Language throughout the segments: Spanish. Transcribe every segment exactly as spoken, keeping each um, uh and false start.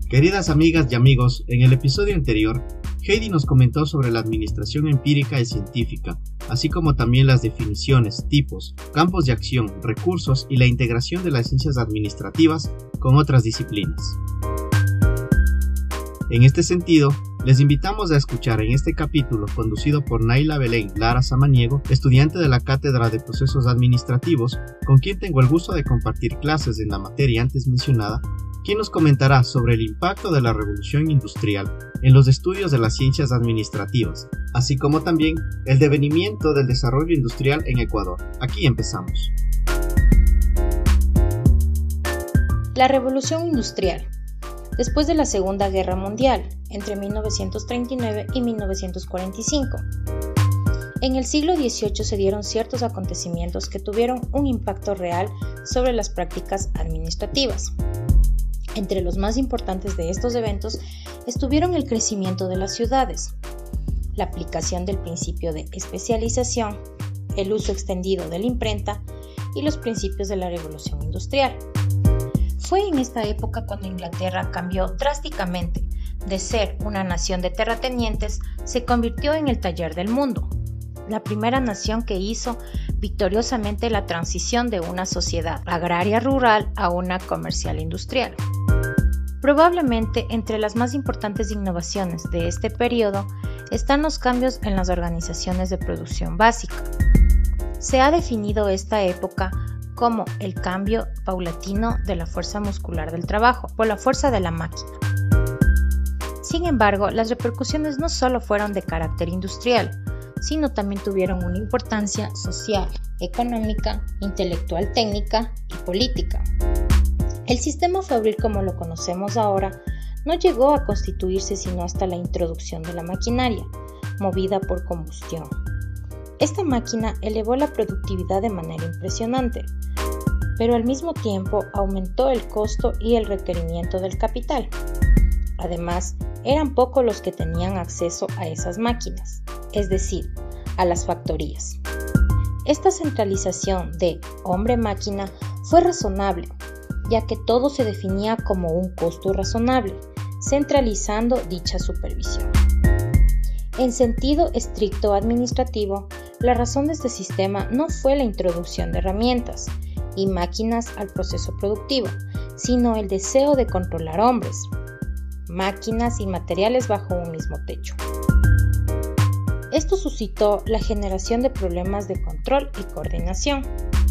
Queridas amigas y amigos, en el episodio anterior, Heidi nos comentó sobre la administración empírica y científica, así como también las definiciones, tipos, campos de acción, recursos y la integración de las ciencias administrativas con otras disciplinas. En este sentido, les invitamos a escuchar en este capítulo, conducido por Naila Belén Lara Samaniego, estudiante de la Cátedra de Procesos Administrativos, con quien tengo el gusto de compartir clases en la materia antes mencionada, quien nos comentará sobre el impacto de la revolución industrial en los estudios de las ciencias administrativas, así como también el devenimiento del desarrollo industrial en Ecuador. Aquí empezamos. La revolución industrial. Después de la Segunda Guerra Mundial, entre mil novecientos treinta y nueve y mil novecientos cuarenta y cinco. En el siglo dieciocho se dieron ciertos acontecimientos que tuvieron un impacto real sobre las prácticas administrativas. Entre los más importantes de estos eventos estuvieron el crecimiento de las ciudades, la aplicación del principio de especialización, el uso extendido de la imprenta y los principios de la revolución industrial. Fue en esta época cuando Inglaterra cambió drásticamente. De ser una nación de terratenientes, se convirtió en el taller del mundo, la primera nación que hizo victoriosamente la transición de una sociedad agraria rural a una comercial industrial. Probablemente entre las más importantes innovaciones de este periodo están los cambios en las organizaciones de producción básica. Se ha definido esta época como el cambio paulatino de la fuerza muscular del trabajo por la fuerza de la máquina. Sin embargo, las repercusiones no solo fueron de carácter industrial, sino también tuvieron una importancia social, económica, intelectual, técnica y política. El sistema fabril como lo conocemos ahora no llegó a constituirse sino hasta la introducción de la maquinaria, movida por combustión. Esta máquina elevó la productividad de manera impresionante, pero al mismo tiempo aumentó el costo y el requerimiento del capital. Además, eran pocos los que tenían acceso a esas máquinas, es decir, a las factorías. Esta centralización de hombre-máquina fue razonable, ya que todo se definía como un costo razonable, centralizando dicha supervisión. En sentido estricto administrativo, la razón de este sistema no fue la introducción de herramientas y máquinas al proceso productivo, sino el deseo de controlar hombres, máquinas y materiales bajo un mismo techo. Esto suscitó la generación de problemas de control y coordinación.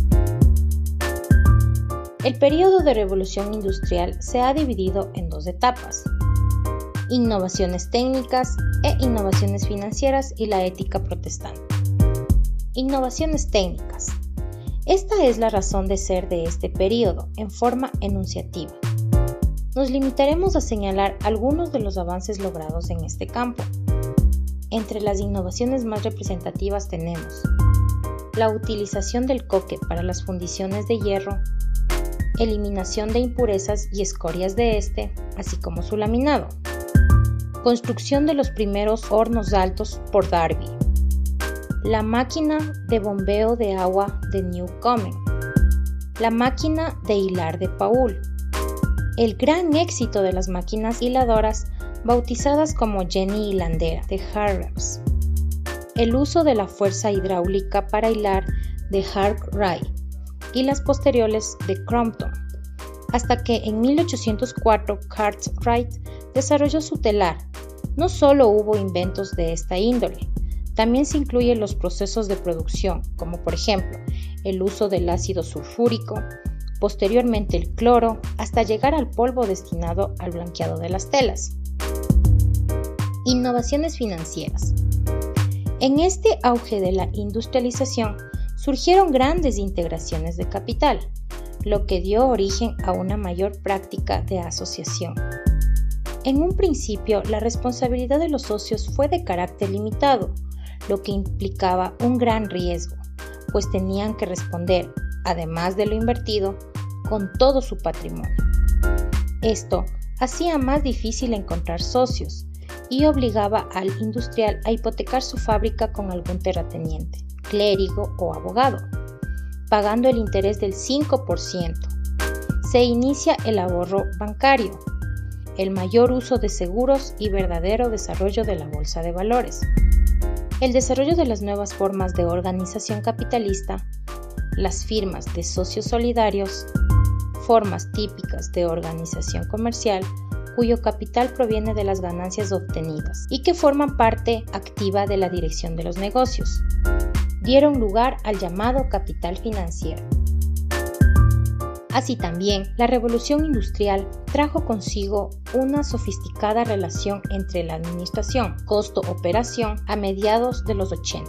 El periodo de revolución industrial se ha dividido en dos etapas: innovaciones técnicas e innovaciones financieras y la ética protestante. Innovaciones técnicas. Esta es la razón de ser de este periodo en forma enunciativa. Nos limitaremos a señalar algunos de los avances logrados en este campo. Entre las innovaciones más representativas tenemos la utilización del coque para las fundiciones de hierro, eliminación de impurezas y escorias de este, así como su laminado, construcción de los primeros hornos altos por Darby, la máquina de bombeo de agua de Newcomen, la máquina de hilar de Paul, el gran éxito de las máquinas hiladoras bautizadas como Jenny Hilandera de Hargreaves, el uso de la fuerza hidráulica para hilar de Arkwright y las posteriores de Crompton, hasta que en mil ochocientos cuatro Cartwright desarrolló su telar. No solo hubo inventos de esta índole, también se incluyen los procesos de producción, como por ejemplo el uso del ácido sulfúrico, posteriormente el cloro, hasta llegar al polvo destinado al blanqueado de las telas. Innovaciones financieras. En este auge de la industrialización surgieron grandes integraciones de capital, lo que dio origen a una mayor práctica de asociación. En un principio, la responsabilidad de los socios fue de carácter limitado, lo que implicaba un gran riesgo, pues tenían que responder, además de lo invertido, con todo su patrimonio. Esto hacía más difícil encontrar socios y obligaba al industrial a hipotecar su fábrica con algún terrateniente, clérigo o abogado, pagando el interés del cinco por ciento. Se inicia el ahorro bancario. el mayor uso de seguros y verdadero desarrollo de la bolsa de valores. El desarrollo de las nuevas formas de organización capitalista, las firmas de socios solidarios, formas típicas de organización comercial, cuyo capital proviene de las ganancias obtenidas y que forman parte activa de la dirección de los negocios, dieron lugar al llamado capital financiero. Así también, la revolución industrial trajo consigo una sofisticada relación entre la administración, costo-operación a mediados de los ochenta.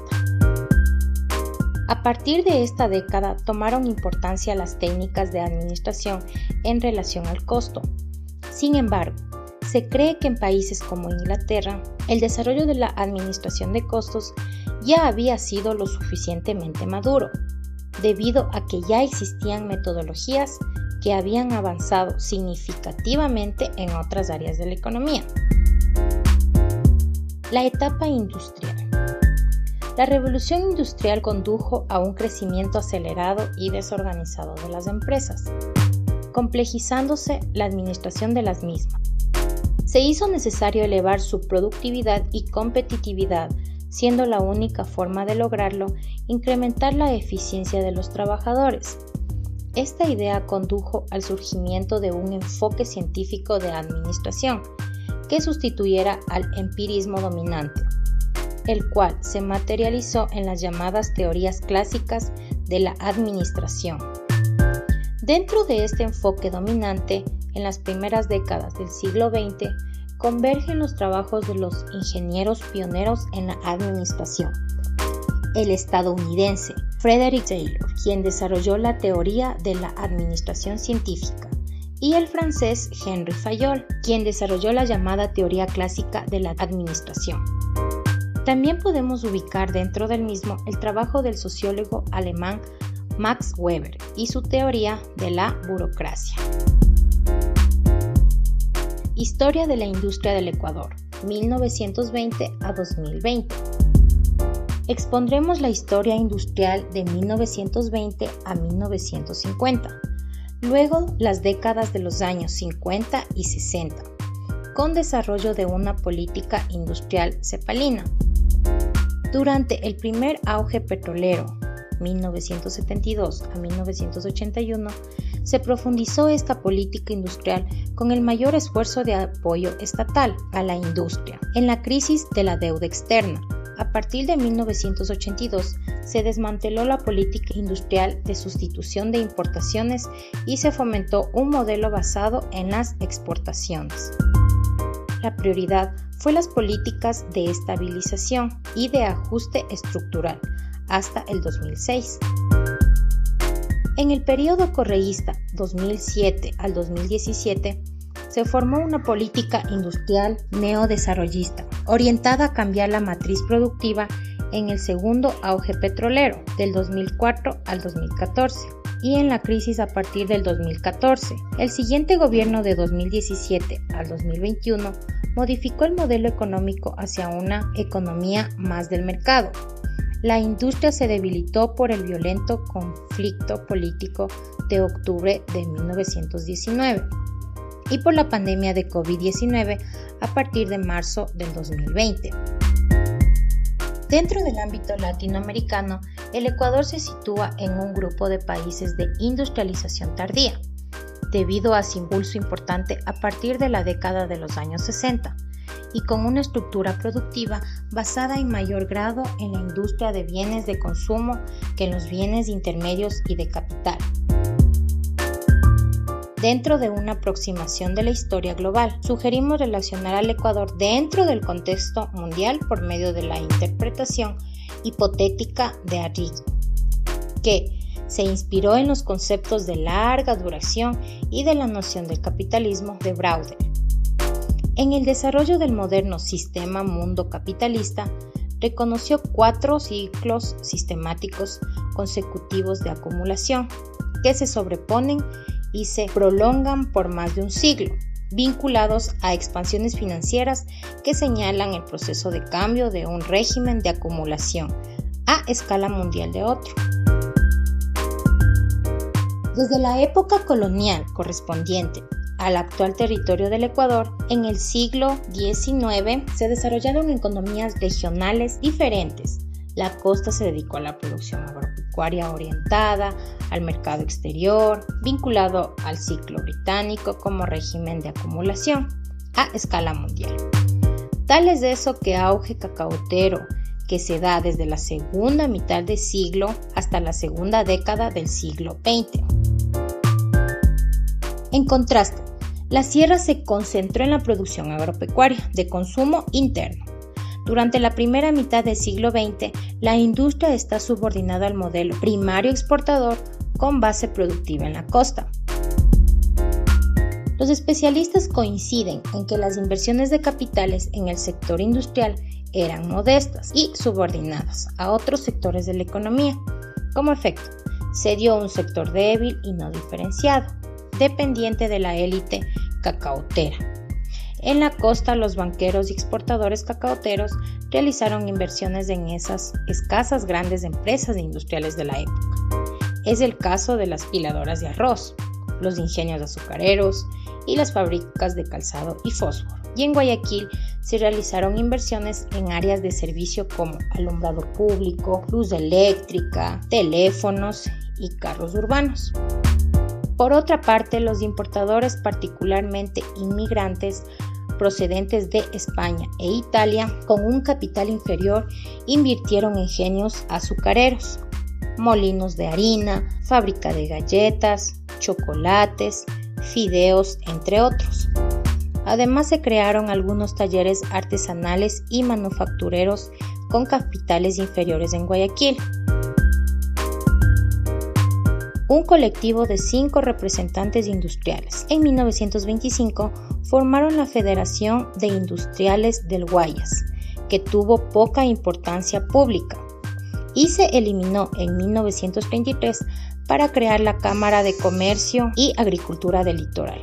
A partir de esta década tomaron importancia las técnicas de administración en relación al costo. Sin embargo, se cree que en países como Inglaterra, el desarrollo de la administración de costos ya había sido lo suficientemente maduro, debido a que ya existían metodologías que habían avanzado significativamente en otras áreas de la economía. La etapa industrial. La revolución industrial condujo a un crecimiento acelerado y desorganizado de las empresas, complejizándose la administración de las mismas. Se hizo necesario elevar su productividad y competitividad, siendo la única forma de lograrlo incrementar la eficiencia de los trabajadores. Esta idea condujo al surgimiento de un enfoque científico de administración que sustituyera al empirismo dominante, el cual se materializó en las llamadas teorías clásicas de la administración. Dentro de este enfoque dominante, en las primeras décadas del siglo veinte, convergen los trabajos de los ingenieros pioneros en la administración. El estadounidense Frederick Taylor, quien desarrolló la teoría de la administración científica, y el francés Henri Fayol, quien desarrolló la llamada teoría clásica de la administración. También podemos ubicar dentro del mismo el trabajo del sociólogo alemán Max Weber y su teoría de la burocracia. Historia de la industria del Ecuador, mil novecientos veinte a dos mil veinte. Expondremos la historia industrial de mil novecientos veinte a mil novecientos cincuenta, luego las décadas de los años cincuenta y sesenta, con desarrollo de una política industrial cepalina. Durante el primer auge petrolero, mil novecientos setenta y dos a mil novecientos ochenta y uno, se profundizó esta política industrial con el mayor esfuerzo de apoyo estatal a la industria. En la crisis de la deuda externa, a partir de mil novecientos ochenta y dos, se desmanteló la política industrial de sustitución de importaciones y se fomentó un modelo basado en las exportaciones. La prioridad fue las políticas de estabilización y de ajuste estructural hasta el dos mil seis. En el periodo correísta dos mil siete al dos mil diecisiete, se formó una política industrial neodesarrollista, orientada a cambiar la matriz productiva en el segundo auge petrolero, del dos mil cuatro al dos mil catorce, y en la crisis a partir del dos mil catorce. El siguiente gobierno de dos mil diecisiete al dos mil veintiuno modificó el modelo económico hacia una economía más del mercado. La industria se debilitó por el violento conflicto político de octubre de mil novecientos diecinueve y por la pandemia de COVID diecinueve a partir de marzo del dos mil veinte. Dentro del ámbito latinoamericano, el Ecuador se sitúa en un grupo de países de industrialización tardía, debido a su impulso importante a partir de la década de los años sesenta, y con una estructura productiva basada en mayor grado en la industria de bienes de consumo que en los bienes intermedios y de capital. Dentro de una aproximación de la historia global, sugerimos relacionar al Ecuador dentro del contexto mundial por medio de la interpretación hipotética de Arrighi, que se inspiró en los conceptos de larga duración y de la noción del capitalismo de Brauder. En el desarrollo del moderno sistema mundo capitalista, reconoció cuatro ciclos sistemáticos consecutivos de acumulación que se sobreponen y se prolongan por más de un siglo, vinculados a expansiones financieras que señalan el proceso de cambio de un régimen de acumulación a escala mundial de otro. Desde la época colonial correspondiente al actual territorio del Ecuador, en el siglo diecinueve se desarrollaron economías regionales diferentes. La costa se dedicó a la producción agropecuaria orientada al mercado exterior, vinculado al ciclo británico como régimen de acumulación a escala mundial. Tal es eso que auge cacaotero que se da desde la segunda mitad del siglo hasta la segunda década del siglo veinte. En contraste, la sierra se concentró en la producción agropecuaria de consumo interno. Durante la primera mitad del siglo veinte, la industria está subordinada al modelo primario exportador con base productiva en la costa. Los especialistas coinciden en que las inversiones de capitales en el sector industrial eran modestas y subordinadas a otros sectores de la economía. Como efecto, se dio un sector débil y no diferenciado, dependiente de la élite cacaotera. En la costa, los banqueros y exportadores cacaoteros realizaron inversiones en esas escasas grandes empresas industriales de la época. Es el caso de las hiladoras de arroz, los ingenios azucareros y las fábricas de calzado y fósforo. Y en Guayaquil se realizaron inversiones en áreas de servicio como alumbrado público, luz eléctrica, teléfonos y carros urbanos. Por otra parte, los importadores, particularmente inmigrantes, procedentes de España e Italia, con un capital inferior, invirtieron en ingenios azucareros, molinos de harina, fábrica de galletas, chocolates, fideos, entre otros. Además, se crearon algunos talleres artesanales y manufactureros con capitales inferiores en Guayaquil. Un colectivo de cinco representantes industriales en mil novecientos veinticinco formaron la Federación de Industriales del Guayas, que tuvo poca importancia pública, y se eliminó en mil novecientos treinta y tres para crear la Cámara de Comercio y Agricultura del Litoral.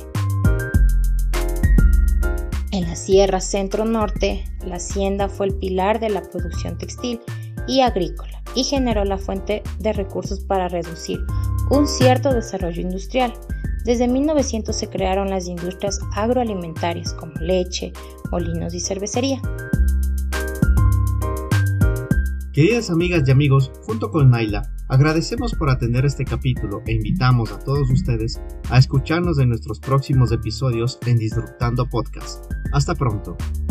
En la Sierra Centro-Norte, la hacienda fue el pilar de la producción textil y agrícola y generó la fuente de recursos para reducir un cierto desarrollo industrial. Desde mil novecientos se crearon las industrias agroalimentarias como leche, molinos y cervecería. Queridas amigas y amigos, junto con Naila, agradecemos por atender este capítulo e invitamos a todos ustedes a escucharnos en nuestros próximos episodios en Disruptando Podcast. Hasta pronto.